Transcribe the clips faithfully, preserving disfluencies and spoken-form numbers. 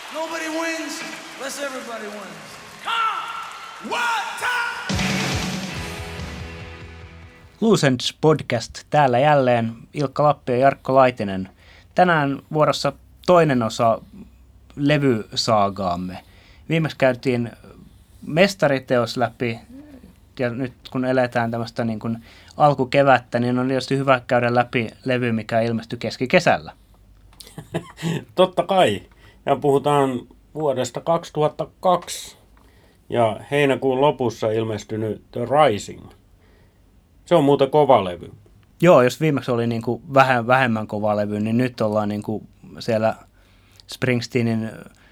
Nobody wins unless everybody wins. Come! One time! Loose Ends Podcast täällä jälleen. Ilkka Lappi ja Jarkko Laitinen. Tänään vuorossa toinen osa levysaagaamme. Viimeksi käytiin mestariteos läpi, ja nyt kun eletään tämmöistä niin kuin alkukevättä, niin on tietysti hyvä käydä läpi levy, mikä ilmestyi keskikesällä. Totta kai. Ja puhutaan vuodesta kaksituhattakaksi ja heinäkuun lopussa ilmestynyt The Rising. Se on muuten kova levy. Joo, jos viimeksi oli niin kuin vähän vähemmän kova levy, niin nyt ollaan niin kuin siellä Springsteenin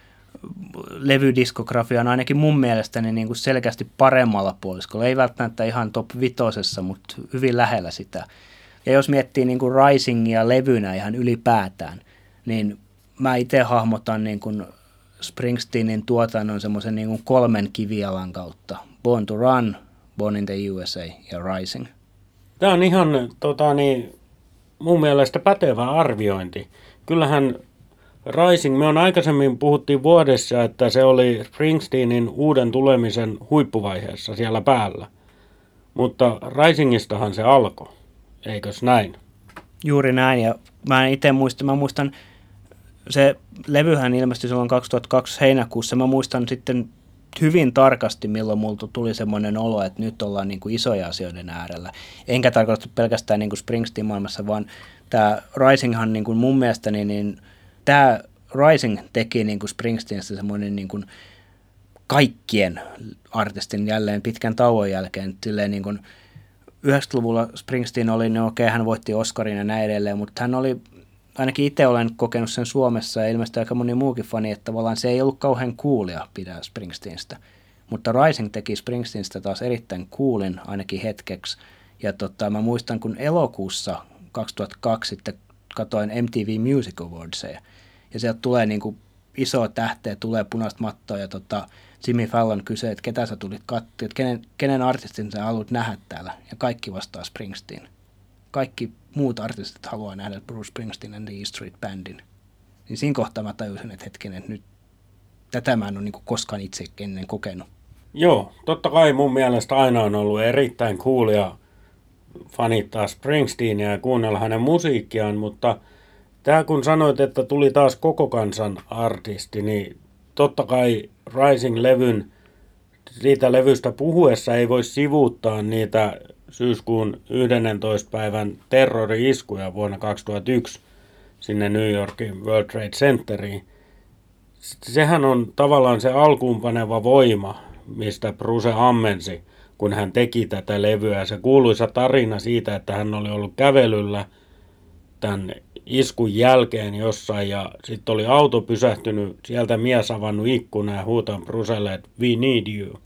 levydiskografian ainakin mun mielestäni niin kuin selkeästi paremmalla puoliskolla. Ei välttämättä ihan top vitosessa, mutta hyvin lähellä sitä. Ja jos miettii niin kuin Risingia levynä ihan ylipäätään, niin mä itse hahmotan niin kuin Springsteenin tuotannon semmoisen niin kuin kolmen kivijalan kautta. Born to Run, Born in the U S A ja Rising. Tämä on ihan tota, niin, mun mielestä pätevä arviointi. Kyllähän Rising, me on aikaisemmin puhuttiin vuodessa, että se oli Springsteenin uuden tulemisen huippuvaiheessa siellä päällä. Mutta Risingistahan se alkoi, eikös näin? Juuri näin, ja mä itse muistan, mä muistan, se levyhän ilmestyi silloin kaksituhattakaksi heinäkuussa, mä muistan sitten hyvin tarkasti, milloin multa tuli semmoinen olo, että nyt ollaan niin kuin isoja asioiden äärellä. Enkä tarkoita pelkästään niin kuin Springsteen maailmassa, vaan tämä Risinghan niin kuin mun mielestäni, niin tämä Rising teki niin kuin Springsteenistä semmoinen niin kuin kaikkien artistin jälleen pitkän tauon jälkeen. Silleen niin kuin yhdeksänkymmentäluvulla Springsteen oli, niin okei, hän voitti Oscarin ja näin edelleen, mutta hän oli, ainakin itse olen kokenut sen Suomessa ja ilmeisesti aika moni muukin fani, että tavallaan se ei ollut kauhean coolia pitää Springsteenistä. Mutta Rising teki Springsteenistä taas erittäin coolin ainakin hetkeksi. Ja tota, mä muistan, kun elokuussa kaksituhattakaksi sitten katoin M T V Music Awardsia. Ja sieltä tulee niin kuin iso tähteä, tulee punaista mattoa ja tota, Jimmy Fallon kysyi, että ketä sä tulit katsoa, että kenen, kenen artistin sä haluat nähdä täällä. Ja kaikki vastaa Springsteen. Kaikki muut artistit haluaa nähdä Bruce Springsteen and the E Street Bandin. Niin siinä kohtaa mä tajusin, että hetkinen, että nyt tätä mä en ole niin kuin koskaan itse ennen kokenut. Joo, totta kai mun mielestä aina on ollut erittäin coolia fanittaa Springsteenia ja kuunnella hänen musiikkiaan, mutta tämä kun sanoit, että tuli taas koko kansan artisti, niin totta kai Rising-levyn, siitä levystä puhuessa ei voi sivuuttaa niitä syyskuun yhdennentoista päivän terrori-iskuja vuonna kaksituhattayksi sinne New Yorkin World Trade Centeriin. Sehän on tavallaan se alkuunpaneva voima, mistä Bruce ammensi, kun hän teki tätä levyä. Se kuuluisa tarina siitä, että hän oli ollut kävelyllä tämän iskun jälkeen jossain ja sitten oli auto pysähtynyt, sieltä mies avannut ikkuna ja huutanut Brucelle, että we need you.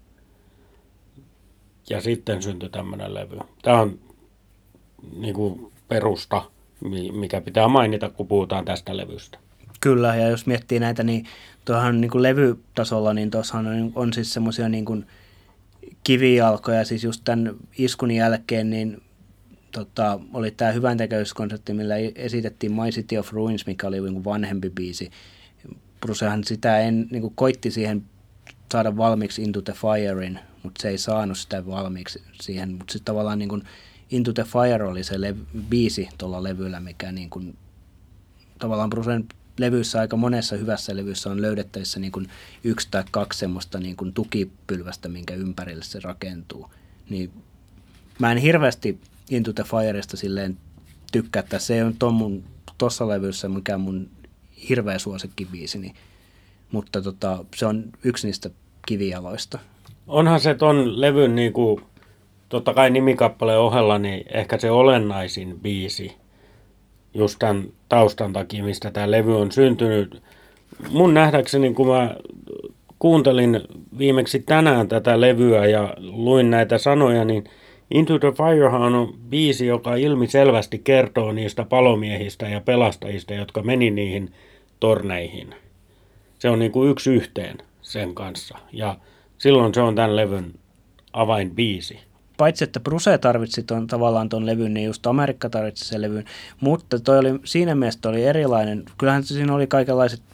Ja sitten syntyi tämmöinen levy. Tämä on niin kuin perusta, mikä pitää mainita, kun puhutaan tästä levystä. Kyllä, ja jos miettii näitä, niin tuohan niin kuin levytasolla, niin tuossahan on, on siis semmoisia niin kuin kivijalkoja, siis just tämän iskun jälkeen, niin tota, oli tämä hyväntekevyyskonsertti, millä esitettiin My City of Ruins, mikä oli niin kuin vanhempi biisi. Brucehan sitä en, niin kuin koitti siihen saada valmiiksi Into the Firein, mutta se ei saanut sitä valmiiksi siihen, mutta sitten tavallaan niin kuin Into the Fire oli se lev- biisi tuolla levyllä, mikä niin kuin, tavallaan Brucen levyissä, aika monessa hyvässä levyssä on löydettävissä niin kuin yksi tai kaksi semmoista niin kuin tukipylvästä, minkä ympärille se rakentuu. Niin mä en hirveästi Into the Fireista silleen tykkää, että se on tuossa levyssä mikä mun hirveä suosikkibiisi, niin, mutta tota, se on yksi niistä kivijaloista. Onhan se ton levyn, niin kuin, totta kai nimikappaleen ohella, niin ehkä se olennaisin biisi just tämän taustan takia, mistä tämä levy on syntynyt. Mun nähdäkseni, kun mä kuuntelin viimeksi tänään tätä levyä ja luin näitä sanoja, niin Into the Firehan on biisi, joka ilmiselvästi kertoo niistä palomiehistä ja pelastajista, jotka meni niihin torneihin. Se on niin kuin yksi yhteen sen kanssa ja silloin se on tämän levyn avainbiisi. Paitsi, että Bruce tarvitsi ton, tavallaan ton levyn, niin just Amerikka tarvitsi sen levyn, mutta toi oli, siinä mielessä oli erilainen. Kyllähän siinä oli kaikenlaiset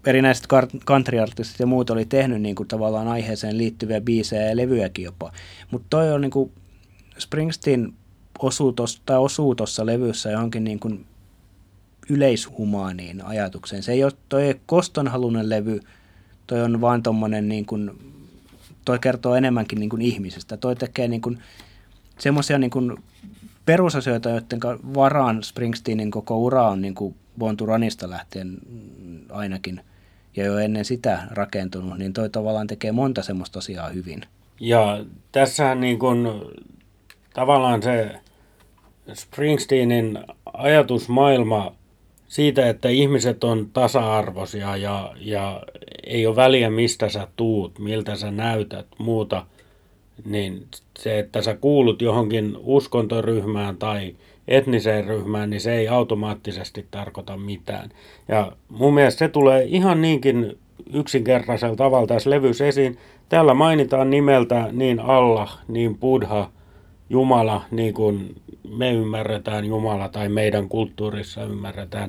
erinäiset country-artistit ja muut oli tehnyt niin kuin tavallaan aiheeseen liittyviä biisejä ja levyjäkin jopa. Mutta toi on niin kuin Springsteen osuu tuossa, tai osuu tuossa levyssä johonkin niin kuin yleishumaaniin ajatukseen. Se ei ole, toi ei ole kostonhaluinen levy, toi on vaan tommonen niin kuin, toi kertoo enemmänkin niin kuin ihmisestä. Toi tekee niin kuin semmoisia niin kuin perusasioita, joiden varaan Springsteenin koko ura on niin kuin Born to Runista lähtien ainakin, ja jo ennen sitä rakentunut, niin toi tavallaan tekee monta semmoista asiaa hyvin. Ja tässähän niin kuin tavallaan se Springsteenin ajatusmaailma siitä, että ihmiset on tasa-arvoisia ja, ja ei ole väliä, mistä sä tuut, miltä sä näytät, muuta, niin se, että sä kuulut johonkin uskontoryhmään tai etniseen ryhmään, niin se ei automaattisesti tarkoita mitään. Ja mun mielestä se tulee ihan niinkin yksinkertaisella tavalla tässä levyssä esiin. Täällä mainitaan nimeltä niin Allah, niin Buddha, Jumala, niin kuin me ymmärretään Jumala tai meidän kulttuurissa ymmärretään.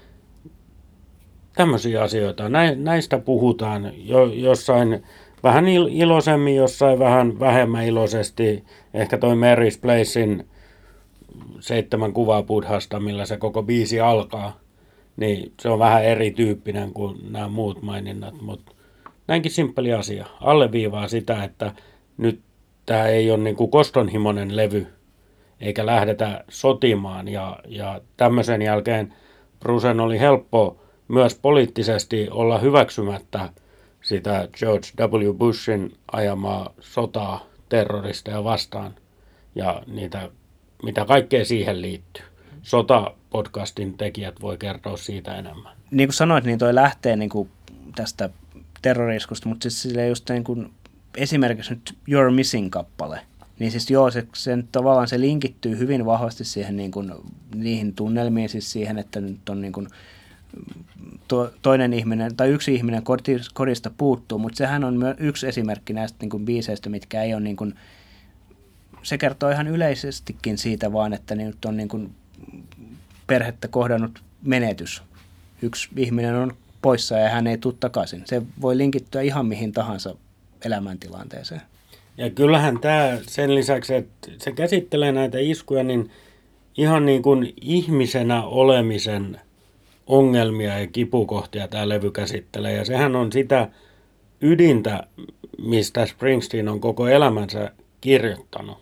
Tämmöisiä asioita. Näistä puhutaan jo, jossain vähän iloisemmin, jossain vähän vähemmän iloisesti. Ehkä toi Mary's Placein seitsemän kuvaa Buddhasta, millä se koko biisi alkaa, niin se on vähän erityyppinen kuin nämä muut maininnat, mutta näinkin simppeli asia. Alleviivaa sitä, että nyt tämä ei ole niin kuin kostonhimoinen levy, eikä lähdetä sotimaan, ja, ja tämmöisen jälkeen Brucen oli helppo myös poliittisesti olla hyväksymättä sitä George W. Bushin ajamaa sotaa terroristeja vastaan, ja niitä mitä kaikkea siihen liittyy. Sota-podcastin tekijät voi kertoa siitä enemmän. Niin kuin sanoit, niin toi lähtee niin kuin tästä terroriskusta, mutta siis sille just niin kuin esimerkiksi nyt You're Missing-kappale, niin siis joo, se, sen, tavallaan se linkittyy hyvin vahvasti siihen niin kuin, niihin tunnelmiin, siis siihen, että nyt on niin kuin to, toinen ihminen tai yksi ihminen kodista puuttuu, mutta sehän on myös yksi esimerkki näistä niin kuin biiseistä, mitkä ei ole niin kuin, se kertoo ihan yleisestikin siitä vaan, että nyt on niin kuin perhettä kohdannut menetys. Yksi ihminen on poissa ja hän ei tule takaisin. Se voi linkittyä ihan mihin tahansa elämäntilanteeseen. Ja kyllähän tämä sen lisäksi, että se käsittelee näitä iskuja, niin ihan niin kuin ihmisenä olemisen ongelmia ja kipukohtia tämä levy käsittelee. Ja sehän on sitä ydintä, mistä Springsteen on koko elämänsä kirjoittanut.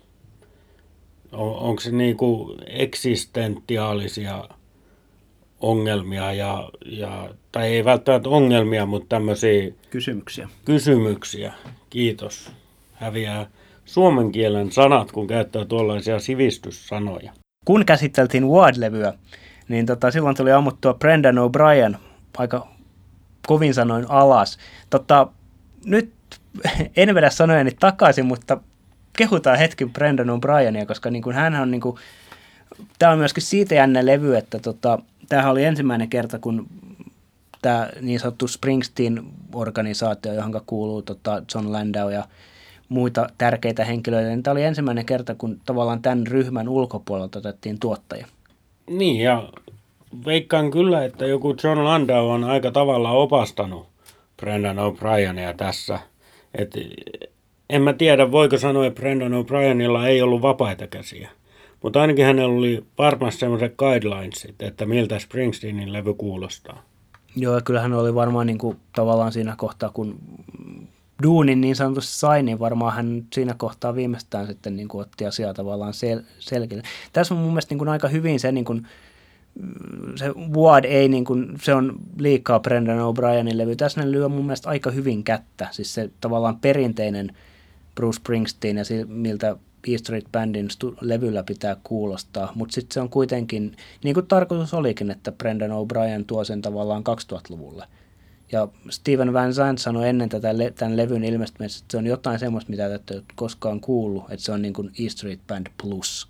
On, onko se niin kuin eksistentiaalisia ongelmia, ja, ja, tai ei välttämättä ongelmia, mutta tämmöisiä kysymyksiä. kysymyksiä. Kiitos. Häviää suomen kielen sanat, kun käyttää tuollaisia sivistyssanoja. Kun käsiteltiin Ward-levyä, niin tota, silloin tuli ammuttua Brendan O'Brien aika kovin sanoin alas. Tota, nyt en vedä sanojani takaisin, mutta kehutaan hetki Brendan O'Brienia, koska niin kuin hän on niin kuin, tämä on myöskin siitä jännä levy, että tota, tämähän oli ensimmäinen kerta, kun tämä niin sanottu Springsteen-organisaatio, johon kuuluu tota John Landau ja muita tärkeitä henkilöitä, niin tämä oli ensimmäinen kerta, kun tavallaan tämän ryhmän ulkopuolelta otettiin tuottaja. Niin, ja veikkaan kyllä, että joku John Landau on aika tavalla opastanut Brendan O'Brienia tässä. Et en mä tiedä, voiko sanoa, että Brendan O'Brienilla ei ollut vapaita käsiä. Mutta ainakin hänellä oli varmasti sellaiset guidelinesit, että miltä Springsteenin levy kuulostaa. Joo, ja kyllähän oli varmaan niin kuin, tavallaan siinä kohtaa, kun duunin niin sanotusti sai, niin varmaan hän siinä kohtaa viimeistään sitten niin kuin, otti asiaa tavallaan sel- selkeä. Tässä on mun mielestä niin kuin, aika hyvin se, niin kuin, se Ward ei, niin kuin, se on liikaa Brendan O'Brienin levy. Tässä ne lyö mun mielestä aika hyvin kättä. Siis se tavallaan perinteinen Bruce Springsteen ja se, miltä E Street Bandin stu- levyllä pitää kuulostaa, mutta sitten se on kuitenkin, niin kuin tarkoitus olikin, että Brendan O'Brien tuo sen tavallaan kaksituhattaluvulle. Ja Steven Van Zandt sanoi ennen tätä le- tämän levyn ilmestymistä, että se on jotain semmoista, mitä et ole koskaan kuullut, että se on niin kuin E Street Band Plus.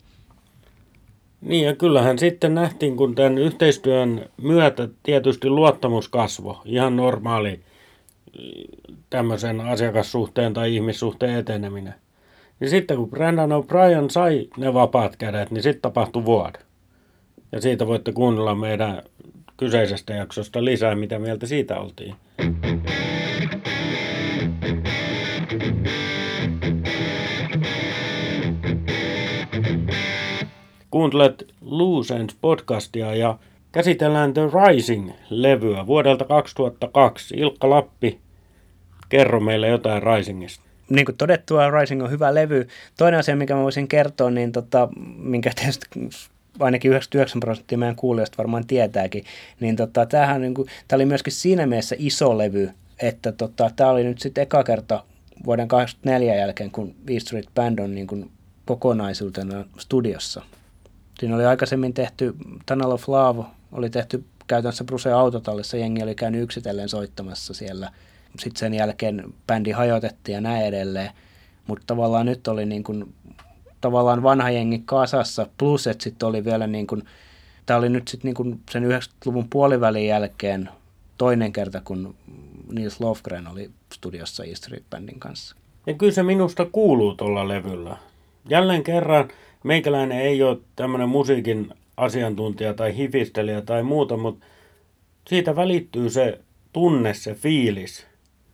Niin, ja kyllähän sitten nähtiin, kun tämän yhteistyön myötä tietysti luottamus kasvoi, ihan normaali tämmöisen asiakassuhteen tai ihmissuhteen eteneminen. Niin sitten kun Brendan O'Brien sai ne vapaat kädet, niin sitten tapahtui Ward. Ja siitä voitte kuunnella meidän kyseisestä jaksosta lisää, mitä mieltä siitä oltiin. Kuuntelet Loose Ends podcastia ja käsitellään The Rising-levyä vuodelta kaksituhattakaksi. Ilkka Lappi, kerro meille jotain Risingista. Niin kuin todettua, Rising on hyvä levy. Toinen asia, mikä mä voisin kertoa, niin tota, minkä tietysti ainakin yhdeksänkymmentäyhdeksän prosenttia meidän kuulijoista varmaan tietääkin, niin tota, tämähän niin kuin, tämä oli myöskin siinä mielessä iso levy, että tota, tämä oli nyt sitten eka kerta vuoden kahdeksankymmentäneljä jälkeen, kun E Street Band on niin kuin kokonaisuutena studiossa. Siinä oli aikaisemmin tehty Tunnel of Love, oli tehty käytännössä Brucen autotallissa, jengi oli käynyt yksitellen soittamassa siellä. Sitten sen jälkeen bändi hajotettiin ja näin edelleen, mutta tavallaan nyt oli niin kuin, tavallaan vanha jengi kasassa, plus että sitten oli vielä niin kuin, tämä oli nyt sitten niin kuin sen yhdeksänkymmentäluvun puolivälin jälkeen toinen kerta, kun Nils Lofgren oli studiossa E Street Bandin kanssa. Ja kyllä se minusta kuuluu tuolla levyllä. Jälleen kerran meikäläinen ei ole tämmöinen musiikin asiantuntija tai hifistelijä tai muuta, mutta siitä välittyy se tunne, se fiilis.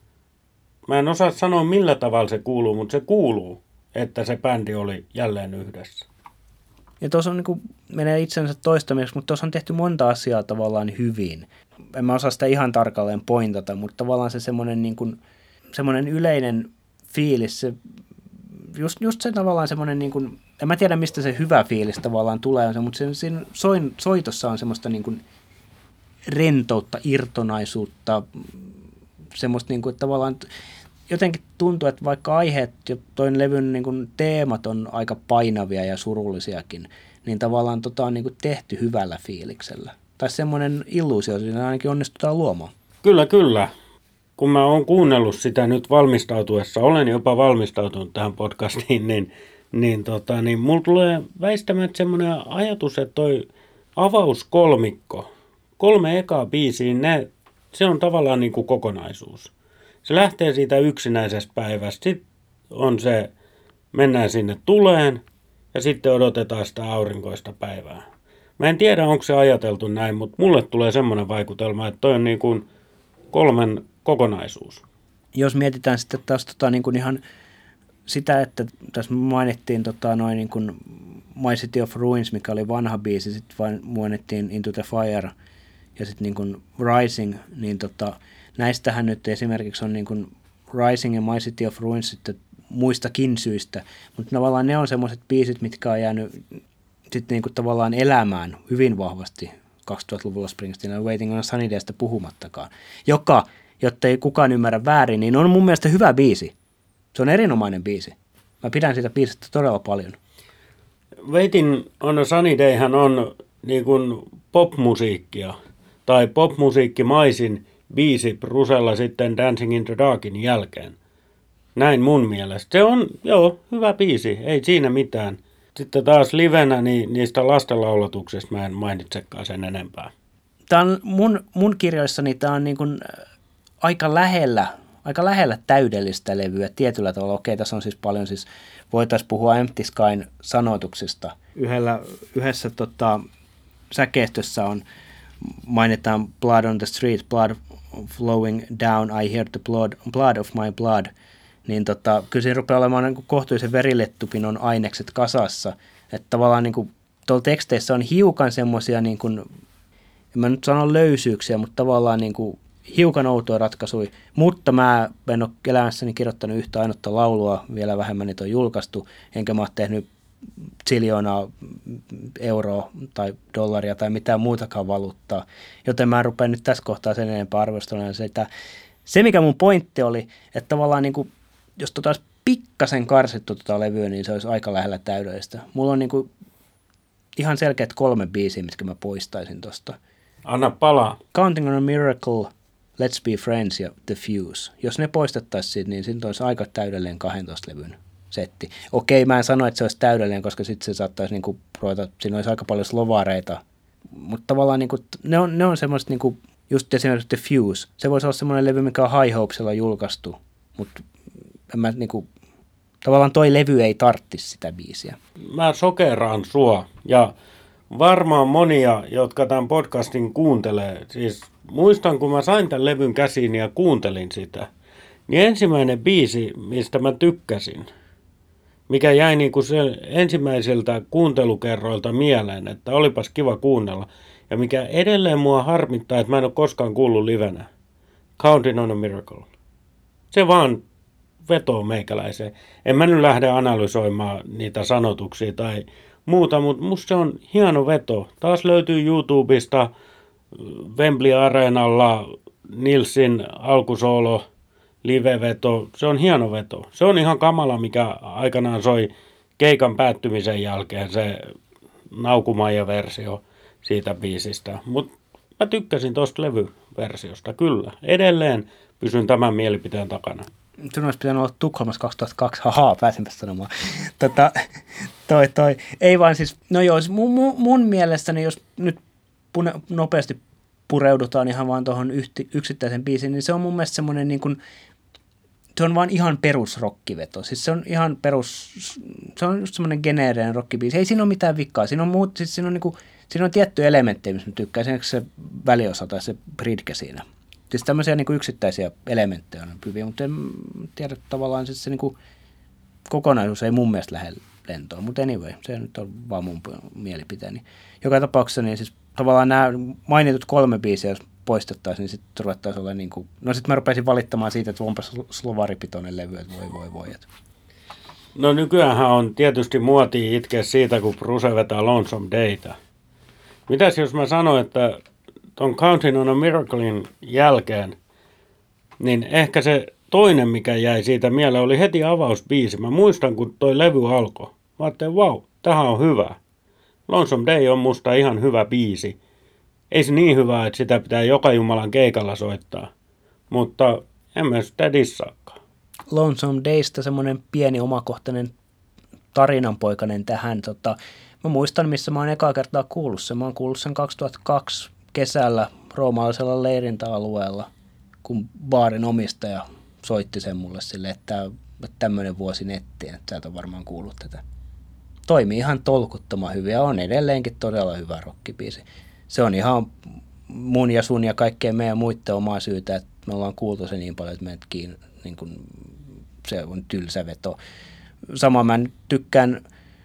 Mä en osaa sanoa millä tavalla se kuuluu, mutta se kuuluu, että se bändi oli jälleen yhdessä. Ja tuossa on niin kuin, menee itsensä toistamiseksi, mutta tuossa on tehty monta asiaa tavallaan hyvin. En mä osaa sitä ihan tarkalleen pointata, mutta tavallaan se semmoinen, niin kuin, semmoinen yleinen fiilis, se, just, just se tavallaan semmoinen, niin kuin, en mä tiedä mistä se hyvä fiilis tavallaan tulee, mutta se, siinä soin, soitossa on semmoista niin kuin rentoutta, irtonaisuutta, semmoista niin kuin, että tavallaan jotenkin tuntuu, että vaikka aiheet ja toin levyn niin kuin teemat on aika painavia ja surullisiakin, niin tavallaan tota on niin kuin tehty hyvällä fiiliksellä. Tai semmoinen illuusio siinä ainakin onnistutaan luomaan. Kyllä, kyllä. Kun mä oon kuunnellut sitä nyt valmistautuessa, olen jopa valmistautunut tähän podcastiin, niin, niin, tota, niin mulla tulee väistämättä semmoinen ajatus, että toi avauskolmikko, kolme ekaa biisiä, ne, se on tavallaan niin kuin kokonaisuus. Se lähtee siitä yksinäisestä päivästä, sitten on se, mennään sinne tuleen ja sitten odotetaan sitä aurinkoista päivää. Mä en tiedä, onko se ajateltu näin, mutta mulle tulee semmoinen vaikutelma, että toi on niin kuin kolmen kokonaisuus. Jos mietitään sitten taas tota niin kuin ihan sitä, että tässä mainittiin tota noin niin kuin My City of Ruins, mikä oli vanha biisi, sitten vain mainittiin Into the Fire ja sitten niin kuin Rising, niin tota, näistähän nyt esimerkiksi on niin kuin Rising ja My City of Ruins sitten muistakin syistä, mutta tavallaan ne on semmoiset biisit, mitkä on jäänyt sitten niin kuin tavallaan elämään hyvin vahvasti kaksituhattaluvulla Springsteen ja Waiting on a Sunny Daysta puhumattakaan, joka, jotta ei kukaan ymmärrä väärin, niin on mun mielestä hyvä biisi. Se on erinomainen biisi. Mä pidän siitä biisistä todella paljon. Waiting on a Sunny Dayhän on niin kuin popmusiikkia tai popmusiikkimaisin biisi Brucella sitten Dancing in the Darkin jälkeen. Näin mun mielestä. Se on, joo, hyvä biisi, ei siinä mitään. Sitten taas livenä niin niistä lastenlaulatuksista mä en mainitsekaan sen enempää. Tämä on mun, mun kirjoissani tämä on niin kuin aika lähellä, aika lähellä täydellistä levyä tietyllä tavalla. Okei, tässä on siis paljon, siis voitaisiin puhua Empty Skyn sanoituksista. Yhdellä, yhdessä tota, säkeistössä on, mainitaan Blood on the street, blood flowing down, I hear the blood, blood of my blood. Niin tota, kyllä siinä rupeaa olemaan niin kuin kohtuullisen verilettupinon ainekset kasassa. Että tavallaan niin kuin, tuolla teksteissä on hiukan semmoisia, niin kuin, en mä nyt sano löysyyksiä, mutta tavallaan niin kuin, hiukan outoja ratkaisuja. Mutta mä en ole elämässäni kirjoittanut yhtä ainutta laulua, vielä vähemmän niitä on julkaistu, enkä mä ole tehnyt ziljoonaa euroa tai dollaria tai mitään muutakaan valuuttaa. Joten mä rupean nyt tässä kohtaa sen enempää arvostelemaan sitä. Se, mikä mun pointti oli, että tavallaan niin kuin, jos tota olisi pikkasen karsittu tota levyä, niin se olisi aika lähellä täydellistä. Mulla on niin kuin ihan selkeät kolme biisiä, mitkä mä poistaisin tosta. Anna palaa. Counting on a Miracle, Let's Be Friends ja The Fuse. Jos ne poistettaisiin siitä, niin sitten olisi aika täydellinen kahdentoista levyn setti. Okei, mä en sano, että se olisi täydellinen, koska sitten se saattaisi niin kuin ruveta, siinä olisi aika paljon slovareita. Mutta tavallaan niin kuin, ne on, ne on semmoiset, niin kuin, just esimerkiksi The Fuse. Se voisi olla semmoinen levy, mikä on High Hopesilla julkaistu, mutta mä, niin kuin, tavallaan toi levy ei tarttisi sitä biisiä. Mä sokeraan sua ja varmaan monia, jotka tämän podcastin kuuntelee, siis muistan, kun mä sain tämän levyn käsiin ja kuuntelin sitä, niin ensimmäinen biisi, mistä mä tykkäsin, mikä jäi niin kuin se ensimmäisiltä kuuntelukerroilta mieleen, että olipas kiva kuunnella. Ja mikä edelleen mua harmittaa, että mä en ole koskaan kuullut livenä. Counting on a Miracle. Se vaan vetoo meikäläiseen. En mä nyt lähde analysoimaan niitä sanotuksia tai muuta, mutta musta se on hieno veto. Taas löytyy YouTubesta Wembley Areenalla Nilsin alkusoolo, liveveto. Se on hieno veto. Se on ihan kamala, mikä aikanaan soi keikan päättymisen jälkeen, se Naukumaija-versio siitä biisistä. Mutta mä tykkäsin tosta levyversiosta, kyllä. Edelleen pysyn tämän mielipiteen takana. Sinun olisi pitänyt olla Tukholmassa kaksituhattakaksi. Hahaa, pääsinpä sanomaan. Tota, toi, toi. Ei vaan siis, no joo, siis mun, mun, mun mielestäni, jos nyt pune, nopeasti pureudutaan ihan vaan tuohon yksittäisen biisiin, niin se on mun mielestä semmoinen niin kuin, se on vaan ihan perusrokkiveto. Siis se on ihan perus, se on just semmoinen geneerinen rockibiisi. Ei siinä ole mitään vikaa. Siinä on muut, siis siinä on niinku, siinä on tiettyjä elementtejä, missä mä tykkään. Esimerkiksi se väliosa tai se bridge siinä. Siis tämmöisiä niinku yksittäisiä elementtejä on hyviä, mutta en tiedä tavallaan siis se niinku kokonaisuus ei mun mielestä lähde lentoon. Mutta anyway, se nyt on vaan mun mielipiteeni. Joka tapauksessa niin siis tavallaan nämä mainitut kolme biisiä, jos poistettaisiin, niin sitten ruvettaisiin olla niin kuin, no sitten mä rupesin valittamaan siitä, että onpa slovaripitoinen levy, että voi voi voi. Että. No nykyäänhän on tietysti muotia itkeä siitä, kun Bruce vetää Lonesome Dayta. Mitäs jos mä sanon, että ton Counting on a Miraclein jälkeen, niin ehkä se toinen, mikä jäi siitä mieleen, oli heti avausbiisi. Mä muistan, kun toi levy alkoi. Mä ajattelin, vau, wow, tähän on hyvä. Lonesome Day on musta ihan hyvä biisi. Ei se niin hyvä, että sitä pitää joka jumalan keikalla soittaa, mutta en mä sitä dissaakaan. Lonesome Daysta semmoinen pieni omakohtainen tarinanpoikainen tähän. Tota, mä muistan, missä mä oon ekaa kertaa kuullut sen. Mä oon kuullut sen kaksituhattakaksi kesällä roomalaisella leirintäalueella, kun baarin omistaja soitti sen mulle sille, että tämmöinen vuosi nettiin, että sä et ole varmaan kuullut tätä. Toimii ihan tolkuttoman hyvin ja on edelleenkin todella hyvä rockibiisi. Se on ihan mun ja sun ja kaikkien meidän muiden omaa syytä, että me ollaan kuultu se niin paljon, että meidät kiin, niin kun, se on tylsä veto. Sama mä tykkään,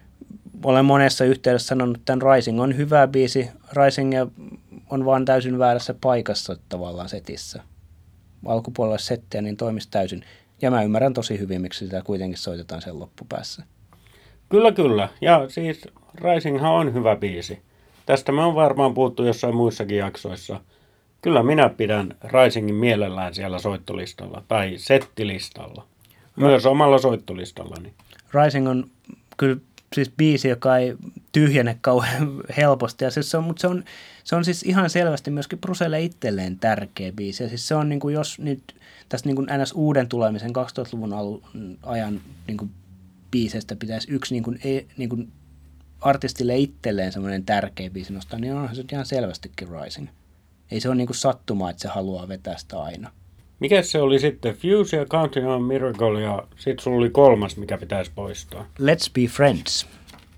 olen monessa yhteydessä sanonut, että tämän Rising on hyvä biisi. Rising on vaan täysin väärässä paikassa tavallaan setissä. Alkupuolella settiä niin toimisi täysin. Ja mä ymmärrän tosi hyvin, miksi sitä kuitenkin soitetaan sen loppupäässä. Kyllä, kyllä. Ja siis Risinghan on hyvä biisi. Tästä me on varmaan puhuttu jossain muissakin jaksoissa. Kyllä minä pidän Risingin mielellään siellä soittolistalla tai settilistalla. Myös omalla soittolistallani. Rising on kyllä siis biisi, joka ei tyhjene kauhean helposti. Ja siis se on, mutta se on, se on siis ihan selvästi myöskin Brucelle itselleen tärkeä biisi. Ja siis se on niin kuin jos nyt tästä niin kuin N S uuden tulemisen kaksituhattaluvun alun ajan niin kuin biisestä pitäisi yksi niin kuin, niin kuin artistille itselleen semmoinen tärkeä biisi nostaa, niin onhan se ihan selvästikin Rising. Ei se ole niin kuin sattumaa, että se haluaa vetää sitä aina. Mikäs se oli sitten? Fuse ja Counting on a Miracle ja sitten sulla oli kolmas, mikä pitäisi poistaa. Let's Be Friends.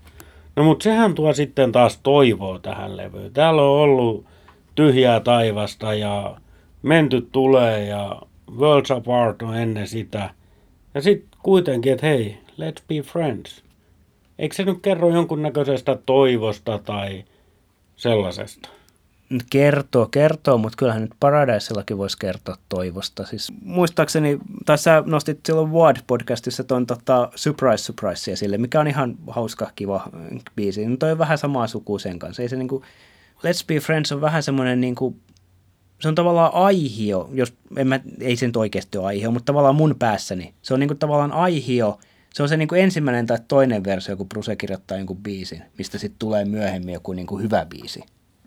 No mutta sehän tuo sitten taas toivoa tähän levyyn. Täällä on ollut Tyhjää taivasta ja Menty tulee ja Worlds Apart on ennen sitä. Ja sitten kuitenkin, että hei, let's be friends. Eikö se nyt kerro jonkunnäköisestä toivosta tai sellaisesta? Kertoo, kertoo, mutta kyllähän nyt Paradisellakin voisi kertoa toivosta. Siis, muistaakseni, tai sä nostit silloin Ward-podcastissa tuon tota, Surprise Surprise esille, mikä on ihan hauska, kiva biisi. No toi on vähän samaa sukua sen kanssa. Ei se niinku, Let's Be Friends on vähän semmoinen niinku, se on tavallaan aihio, jos, en mä, ei se nyt oikeasti ole aihio, mutta tavallaan mun päässäni. Se on niinku tavallaan aihio. Se on se niinku ensimmäinen tai toinen versio, kun Bruce kirjoittaa jonkun biisin, mistä sitten tulee myöhemmin joku niinku hyvä biisi.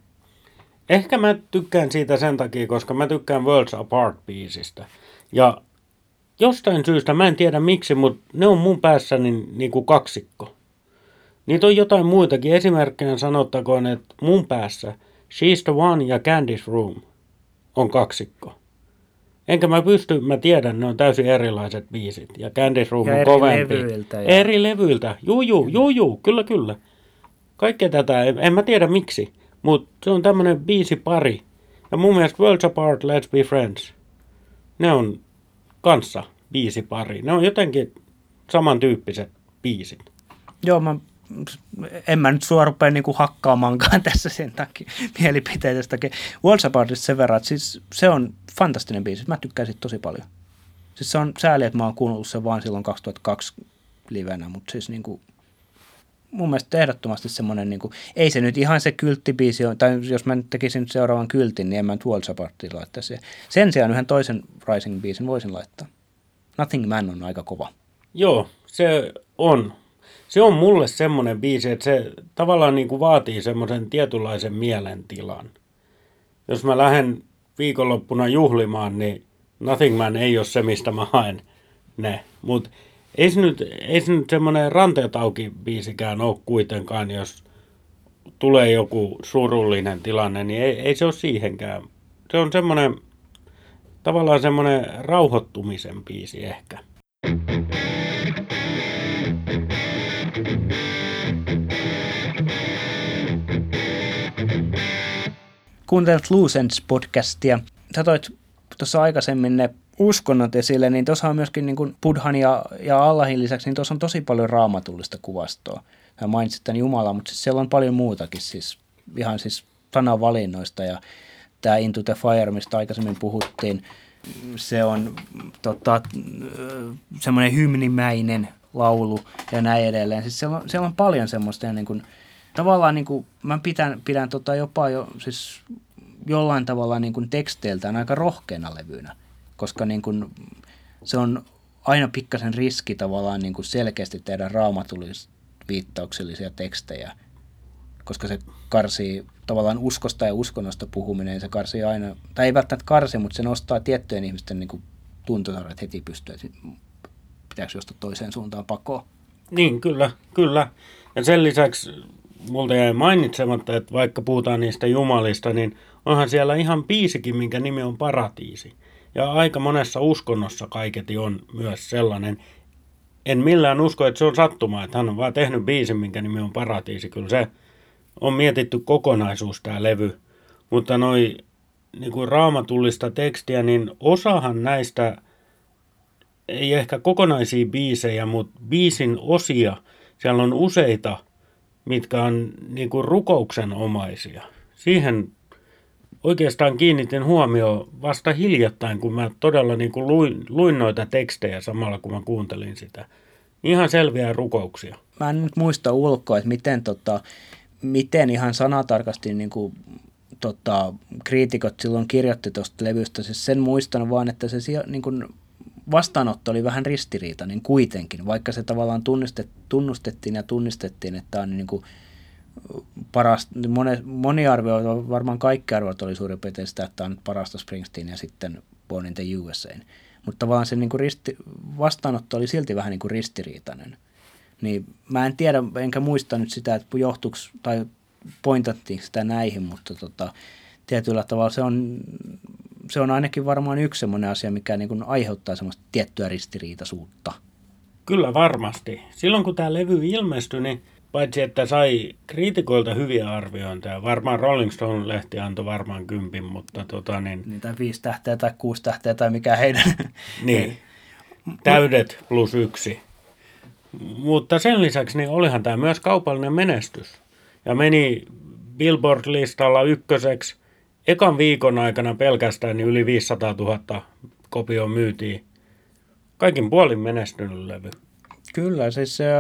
Ehkä mä tykkään siitä sen takia, koska mä tykkään Worlds Apart-biisistä. Ja jostain syystä, mä en tiedä miksi, mutta ne on mun päässäni niin kuin kaksikko. Niitä on jotain muitakin. Esimerkkinä sanottakoon, että mun päässä She's the One ja Candy's Room on kaksikko. Enkä mä pysty, mä tiedän, ne on täysin erilaiset biisit. Ja Candy's Room ja on eri kovempi. Levyiltä, ja... Eri levyiltä. Juu, juu, juu, juu, kyllä, kyllä. Kaikkea tätä, en, en mä tiedä miksi. Mutta se on tämmöinen biisipari. Ja mun mielestä Worlds Apart, Let's Be Friends, ne on kanssa biisipari. Ne on jotenkin samantyyppiset biisit. Joo, mä, en mä nyt sua rupea niinku hakkaamaankaan tässä sen takia mielipiteitä tästäkin. Walls Apartista sen verran, että siis se on fantastinen biisi. Mä tykkään siitä tosi paljon. Siis se on sääli, että mä oon kuunnellut sen vaan silloin kaksituhattakaksi livenä, mutta siis niinku mun mielestä ehdottomasti semmoinen, niinku, ei se nyt ihan se kylttibiisi on, tai jos mä nyt tekisin seuraavan kyltin, niin en mä nyt Walls Apartia laittaisi. Sen sijaan yhden toisen Rising-biisin voisin laittaa. Nothing Man on aika kova. Joo, se on. Se on mulle semmoinen biisi, että se tavallaan niin kuin vaatii semmoisen tietynlaisen mielentilan. Jos mä lähden viikonloppuna juhlimaan, niin Nothing Man ei ole se, mistä mä haen ne. Mutta ei se nyt, ei se nyt semmoinen ranteet auki biisikään ole kuitenkaan, jos tulee joku surullinen tilanne, niin ei, ei se ole siihenkään. Se on semmoinen, tavallaan semmoinen rauhoittumisen biisi ehkä. Kuuntelet Loose Ends-podcastia. Sä toit tuossa aikaisemmin ne uskonnot esille, niin tuossa on myöskin niin kuin Buddhan ja, ja Allahin lisäksi, niin tuossa on tosi paljon raamatullista kuvastoa. Sä mainitsit tämän Jumalan, mutta siis siellä on paljon muutakin, siis ihan siis sanavalinnoista ja tämä Into the Fire, mistä aikaisemmin puhuttiin, se on tota, semmoinen hymnimäinen laulu ja näin edelleen. Siis siellä on, siellä on paljon semmoista, niin kuin, tavallaan niin kuin, mä pidän, pidän tota jopa jo, siis jollain tavalla niin kuin teksteiltään aika rohkeana levynä, koska niin kuin, se on aina pikkasen riski tavallaan niin kuin selkeästi tehdä raamatullis-viittauksellisia tekstejä, koska se karsii tavallaan uskosta ja uskonnosta puhuminen, se karsii aina, tai ei välttämättä karsi, mutta se nostaa tiettyjen ihmisten niin kuin tuntosarvet heti pystyyn, että pitääkö jostain toiseen suuntaan pakoon. Niin, kyllä, kyllä. Ja sen lisäksi multa jäi mainitsematta, että vaikka puhutaan niistä jumalista, niin onhan siellä ihan biisikin, minkä nimi on Paratiisi. Ja aika monessa uskonnossa kaiketi on myös sellainen. En millään usko, että se on sattumaa, että hän on vaan tehnyt biisin, minkä nimi on Paratiisi. Kyllä se on mietitty kokonaisuus, tämä levy. Mutta noi niin kuin raamatullista tekstiä, niin osahan näistä, ei ehkä kokonaisia biisejä, mutta biisin osia, siellä on useita, mitkä on niin kuin rukouksenomaisia. Siihen oikeastaan kiinnitin huomioon vasta hiljattain, kun mä todella niin kuin luin, luin noita tekstejä samalla, kun mä kuuntelin sitä. Ihan selviä rukouksia. Mä en nyt muista ulkoa, että miten, tota, miten ihan sanatarkasti niin kuin, tota, kriitikot silloin kirjoitti tuosta levystä. Siis sen muistan vaan, että se niin kuin, vastaanotto oli vähän ristiriitainen kuitenkin, vaikka se tavallaan tunnustettiin ja tunnistettiin, että tämä on niin kuin paras, moni, moni arvio, varmaan kaikki arvot oli suurin piirtein sitä, että tämä on parasta Springsteen ja sitten Born in the U S A. Mutta tavallaan se niin kuin risti, vastaanotto oli silti vähän niin kuin ristiriitainen. Niin mä en tiedä, enkä muista nyt sitä, että johtuiko tai pointattiinko sitä näihin, mutta tota, tietyllä tavalla se on, se on ainakin varmaan yksi semmoinen asia, mikä niin kuin aiheuttaa semmoista tiettyä ristiriitaisuutta. Kyllä varmasti. Silloin kun tämä levy ilmestyi, niin paitsi että sai kriitikoilta hyviä arviointeja, varmaan Rolling Stone-lehti antoi varmaan kympin, mutta tota niin... Niin, tai viisi tähteä tai kuusi tähteä tai mikä heidän... Niin, täydet plus yksi. Mutta sen lisäksi niin olihan tämä myös kaupallinen menestys. Ja meni Billboard-listalla ykköseksi. Ekan viikon aikana pelkästään niin yli viisisataatuhatta kopioa myytiin. Kaikin puolin menestynyt levy. Kyllä, siis se,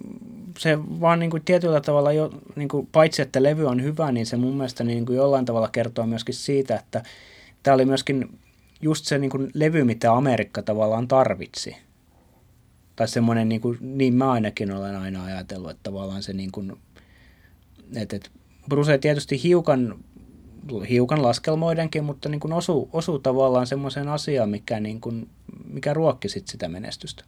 se vaan niin kuin tietyllä tavalla, jo, niin kuin, paitsi että levy on hyvä, niin se mun mielestä niin kuin jollain tavalla kertoo myöskin siitä, että tämä oli myöskin just se niin kuin levy, mitä Amerikka tavallaan tarvitsi. Tai semmoinen, niin, kuin, niin mä ainakin olen aina ajatellut, että tavallaan se niin kuin, että, että Bruce tietysti hiukan, hiukan laskelmoidenkin, mutta niin kuin osuu, osuu tavallaan semmoiseen asiaan, mikä, niin kuin, mikä ruokki sit sitä menestystä.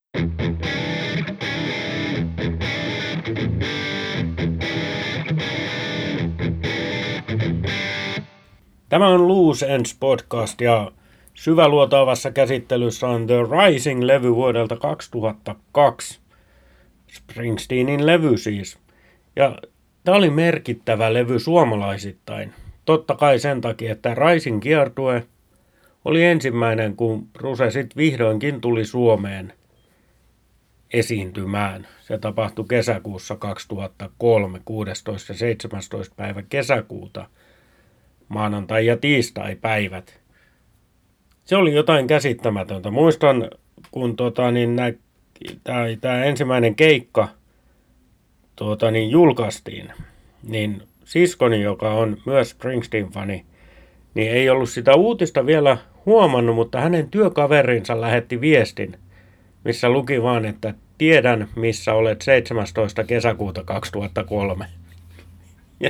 Tämä on Loose Ends podcast ja syväluotaavassa käsittelyssä on The Rising-levy vuodelta kaksituhattakaksi. Springsteenin levy siis. Ja tämä oli merkittävä levy suomalaisittain. Totta kai sen takia, että Rising kiertue oli ensimmäinen, kun Bruce sitten vihdoinkin tuli Suomeen. esiintymään. Se tapahtui kesäkuussa kaksituhattakolme, kuudestoista ja seitsemästoista päivä kesäkuuta, maanantai- ja tiistai-päivät. Se oli jotain käsittämätöntä. Muistan, kun tota, niin tämä ensimmäinen keikka tuota, niin julkaistiin, niin siskoni, joka on myös Springsteen-fani, niin ei ollut sitä uutista vielä huomannut, mutta hänen työkaverinsa lähetti viestin, missä luki vaan, että tiedän, missä olet seitsemästoista kesäkuuta kaksituhattakolme. Ja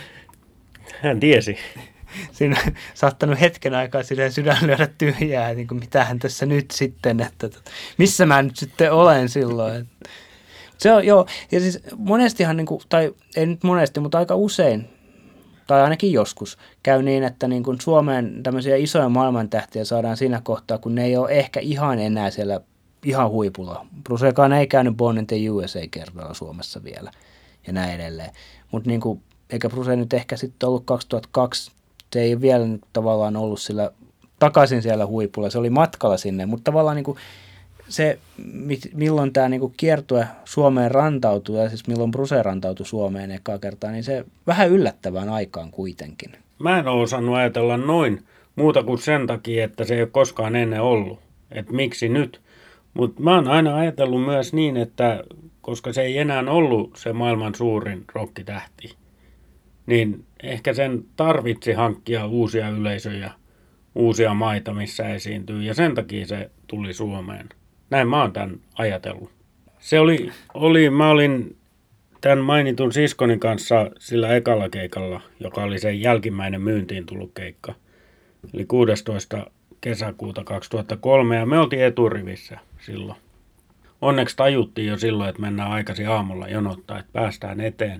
hän tiesi. Siinä on saattanut hetken aikaa silleen sydän lyödä tyhjää, niin kuin mitähän tässä nyt sitten, että missä mä nyt sitten olen silloin. Se on, joo, ja siis monestihan, niin kuin, tai ei nyt monesti, mutta aika usein, tai ainakin joskus, käy niin, että niin kuin Suomeen tämmöisiä isoja maailmantähtiä saadaan siinä kohtaa, kun ne ei ole ehkä ihan enää siellä ihan huipulla. Brucekaan ei käynyt Born in the U S A-kerralla Suomessa vielä, ja näin edelleen. Mutta niin kuin, eikä Bruce nyt ehkä sitten ollut kaksituhattakaksi, se ei vielä nyt tavallaan ollut sillä takaisin siellä huipulla, se oli matkalla sinne, mutta tavallaan niin kuin se, milloin tämä niinku kiertue Suomeen rantautui, ja siis milloin Bruce rantautui Suomeen ekaa kertaa, niin se vähän yllättävään aikaan kuitenkin. Mä en ole osannut ajatella noin muuta kuin sen takia, että se ei ole koskaan ennen ollut. Että miksi nyt? Mutta mä oon aina ajatellut myös niin, että koska se ei enää ollut se maailman suurin rokkitähti, niin ehkä sen tarvitsi hankkia uusia yleisöjä, uusia maita, missä esiintyy, ja sen takia se tuli Suomeen. Näin mä oon tämän ajatellut. Se oli, oli, mä olin tämän mainitun siskoni kanssa sillä ekalla keikalla, joka oli sen jälkimmäinen myyntiin tullut keikka. Eli kuudestoista kesäkuuta kaksituhattakolme, ja me oltiin eturivissä silloin. Onneksi tajuttiin jo silloin, että mennään aikaisin aamulla jonottaa, että päästään eteen.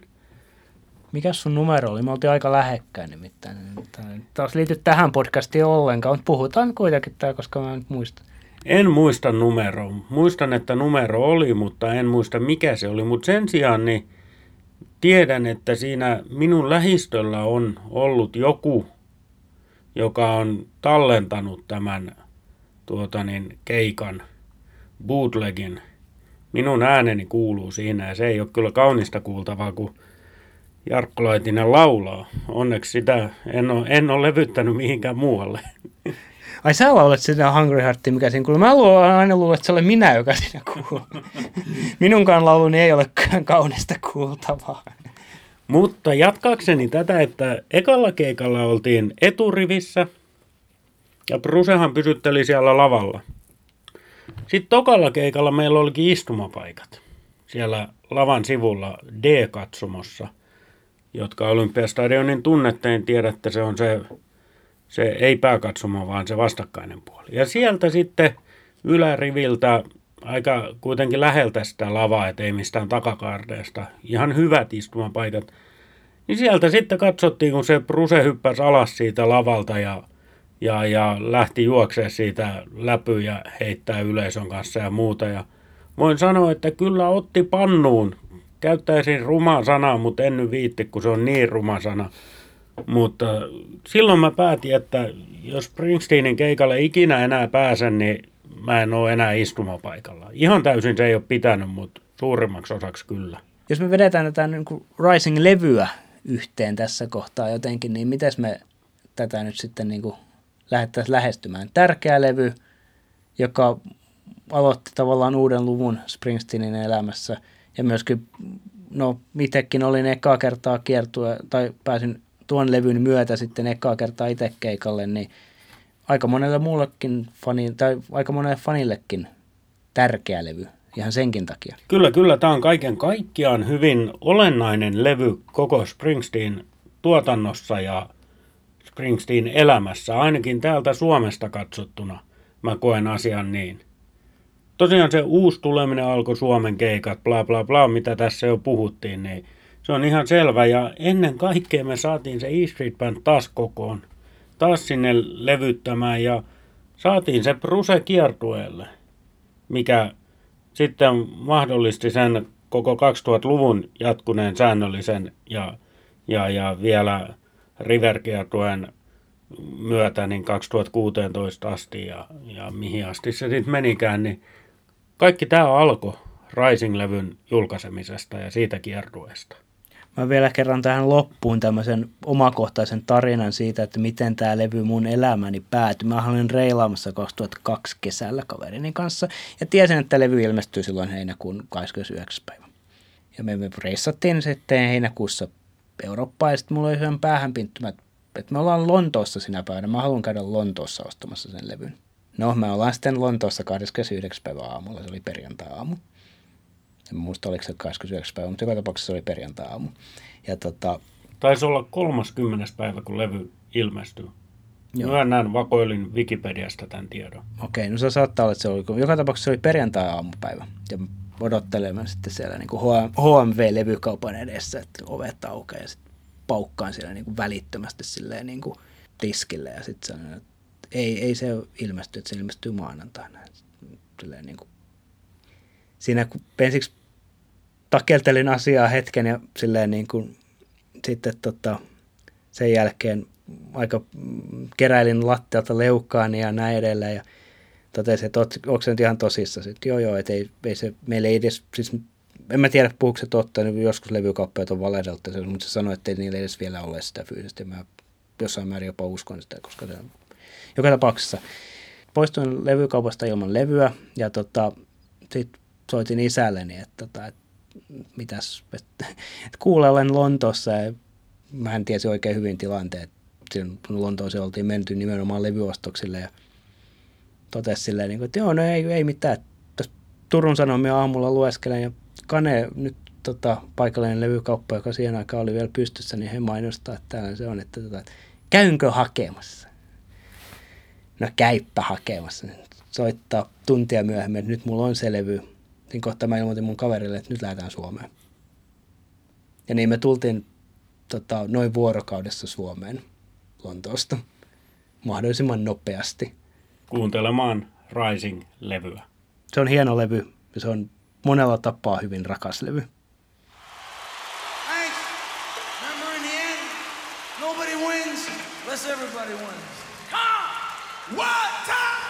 Mikäs sun numero oli? Me oltiin aika lähekkäin nimittäin. Taas liity tähän podcastiin ollenkaan, mutta puhutaan kuitenkin tää, koska mä en nyt muista. En muista numeroa. Muistan, että numero oli, mutta en muista mikä se oli. Mutta sen sijaan niin tiedän, että siinä minun lähistöllä on ollut joku, joka on tallentanut tämän tuota niin, keikan, bootlegin. Minun ääneni kuuluu siinä, ja se ei ole kyllä kaunista kuultavaa, kun Jarkko Laitinen laulaa. Onneksi sitä en ole, en ole levyttänyt mihinkään muualle. Ai sä laulat sitä Hungry Heartia, mikä siinä kuuluu. Mä aina luulen, että se oli minä, joka siinä kuuluu. Minunkaan lauluni ei ole kaunista kuultavaa. Mutta jatkaakseni tätä, että ekalla keikalla oltiin eturivissä, ja Brucehan pysytteli siellä lavalla. Sitten tokalla keikalla meillä olikin istumapaikat siellä lavan sivulla D-katsomossa, jotka Olympiastadionin tunnettein tiedätte, se on se, se ei pääkatsomo, vaan se vastakkainen puoli. Ja sieltä sitten yläriviltä aika kuitenkin läheltä sitä lavaa, ettei mistään takakaarteesta, ihan hyvät istumapaikat. Niin sieltä sitten katsottiin, kun se Bruce hyppäsi alas siitä lavalta ja, ja, ja lähti juoksemaan siitä läpyjä heittää yleisön kanssa ja muuta. Ja voin sanoa, että kyllä otti pannuun. Käyttäisin rumaa sanaa, mutta en nyt viitti, kun se on niin ruma sana. Mutta silloin mä päätin, että jos Springsteenin keikalle ikinä enää pääsen, niin mä en ole enää istumapaikalla. Ihan täysin se ei ole pitänyt, mutta suurimmaksi osaksi kyllä. Jos me vedetään tätä niin kuin Rising-levyä yhteen tässä kohtaa jotenkin, niin miten me tätä nyt sitten niin kuin lähdettäisiin lähestymään? Tärkeä levy, joka aloitti tavallaan uuden luvun Springsteenin elämässä, ja myöskin, no itsekin olin ekaa kertaa kiertue, tai pääsin tuon levyn myötä sitten ekaa kertaa itse keikalle, niin aika monelle muullekin fani, tai aika monelle fanillekin tärkeä levy, ihan senkin takia. Kyllä, kyllä. Tämä on kaiken kaikkiaan hyvin olennainen levy koko Springsteen tuotannossa ja Springsteen elämässä, ainakin täältä Suomesta katsottuna. Mä koen asian niin. Tosiaan se uusi tuleminen alkoi Suomen keikat, bla bla bla, mitä tässä jo puhuttiin, niin se on ihan selvä. Ja ennen kaikkea me saatiin se E Street Band taas kokoon, taas sinne levyttämään ja saatiin se Bruce kiertueelle, mikä sitten mahdollisti sen koko kaksituhattaluvun jatkuneen säännöllisen ja, ja, ja vielä River-kiertueen myötä niin kaksituhattakuusitoista asti ja, ja mihin asti se sitten menikään, niin kaikki tämä alkoi Rising-levyn julkaisemisesta ja siitä kiertueesta. Mä vielä kerran tähän loppuun tämmöisen omakohtaisen tarinan siitä, että miten tämä levy mun elämäni päätyi. Mä olin reilaamassa kaksituhattakaksi kesällä kaverini kanssa ja tiesin, että levy ilmestyy silloin heinäkuun kahdeskymmenesyhdeksäs päivä. Ja me, me reissattiin sitten heinäkuussa Eurooppaan ja sitten mulla oli sellainen päähänpinttymä, että me ollaan Lontoossa sinä päivänä. Mä haluan käydä Lontoossa ostamassa sen levyn. No, me ollaan sitten Lontoossa kahdeskymmenesyhdeksäs päivä aamulla. Se oli perjantai-aamu. En muista, oliko se kahdeskymmenesyhdeksäs päivä, mutta joka tapauksessa se oli perjantai-aamu. Ja tota... Taisi olla kolmaskymmenes päivä, kun levy ilmestyi. Joo. Mä näin vakoilin Wikipediasta tämän tiedon. Okei, no se saattaa olla, että se oli. Joka tapauksessa se oli perjantai-aamupäivä. Ja odottelemme sitten siellä niin kuin H M V-levykaupan edessä, että ovet aukeaa ja sitten paukkaan siellä niin kuin välittömästi silleen niin kuin tiskille. Ja sitten sanoin, että ei, ei se ilmesty, että se ilmestyy maanantaina. Silleen niin kuin siinä kun ensiksi takeltelin asiaa hetken ja silleen niin kuin sitten tota, sen jälkeen aika keräilin lattialta leukaani ja näin edelleen ja totesin, että onko se nyt ihan tosissaan. Sitten joo joo, että ei, ei se, meillä ei edes, siis en mä tiedä puhuuko se totta, niin joskus levykauppiaat on valehdelta, mutta se sanoi, että ei niillä edes vielä ole sitä fyysisesti. Mä jossain määrin jopa uskon sitä, koska se on joka tapauksessa. Poistuin levykaupasta ilman levyä ja tota, sitten soitin isälleni, että, tota, että mitäs, että, että kuule olen Lontoossa ja mä en tiesi oikein hyvin tilanteet. Silloin Lontoossa oltiin menty nimenomaan levyostoksille ja totesi silleen, että joo, no ei, ei mitään. Tuossa Turun Sanomia aamulla lueskelen ja Kane nyt tota, paikallinen levykauppa, joka siihen aikaan oli vielä pystyssä, niin he mainostaa, että täällä se on, että tota, käynkö hakemassa? No käyppä hakemassa. Soittaa tuntia myöhemmin, että nyt mulla on se levy. Niin kohta mä ilmoitin mun kaverille, että nyt lähdetään Suomeen. Ja niin me tultiin tota, noin vuorokaudessa Suomeen Lontoosta mahdollisimman nopeasti. Kuuntelemaan Rising-levyä. Se on hieno levy ja se on monella tapaa hyvin rakas levy. Thanks. Remember in the end, nobody wins unless everybody wins. Come on! What time?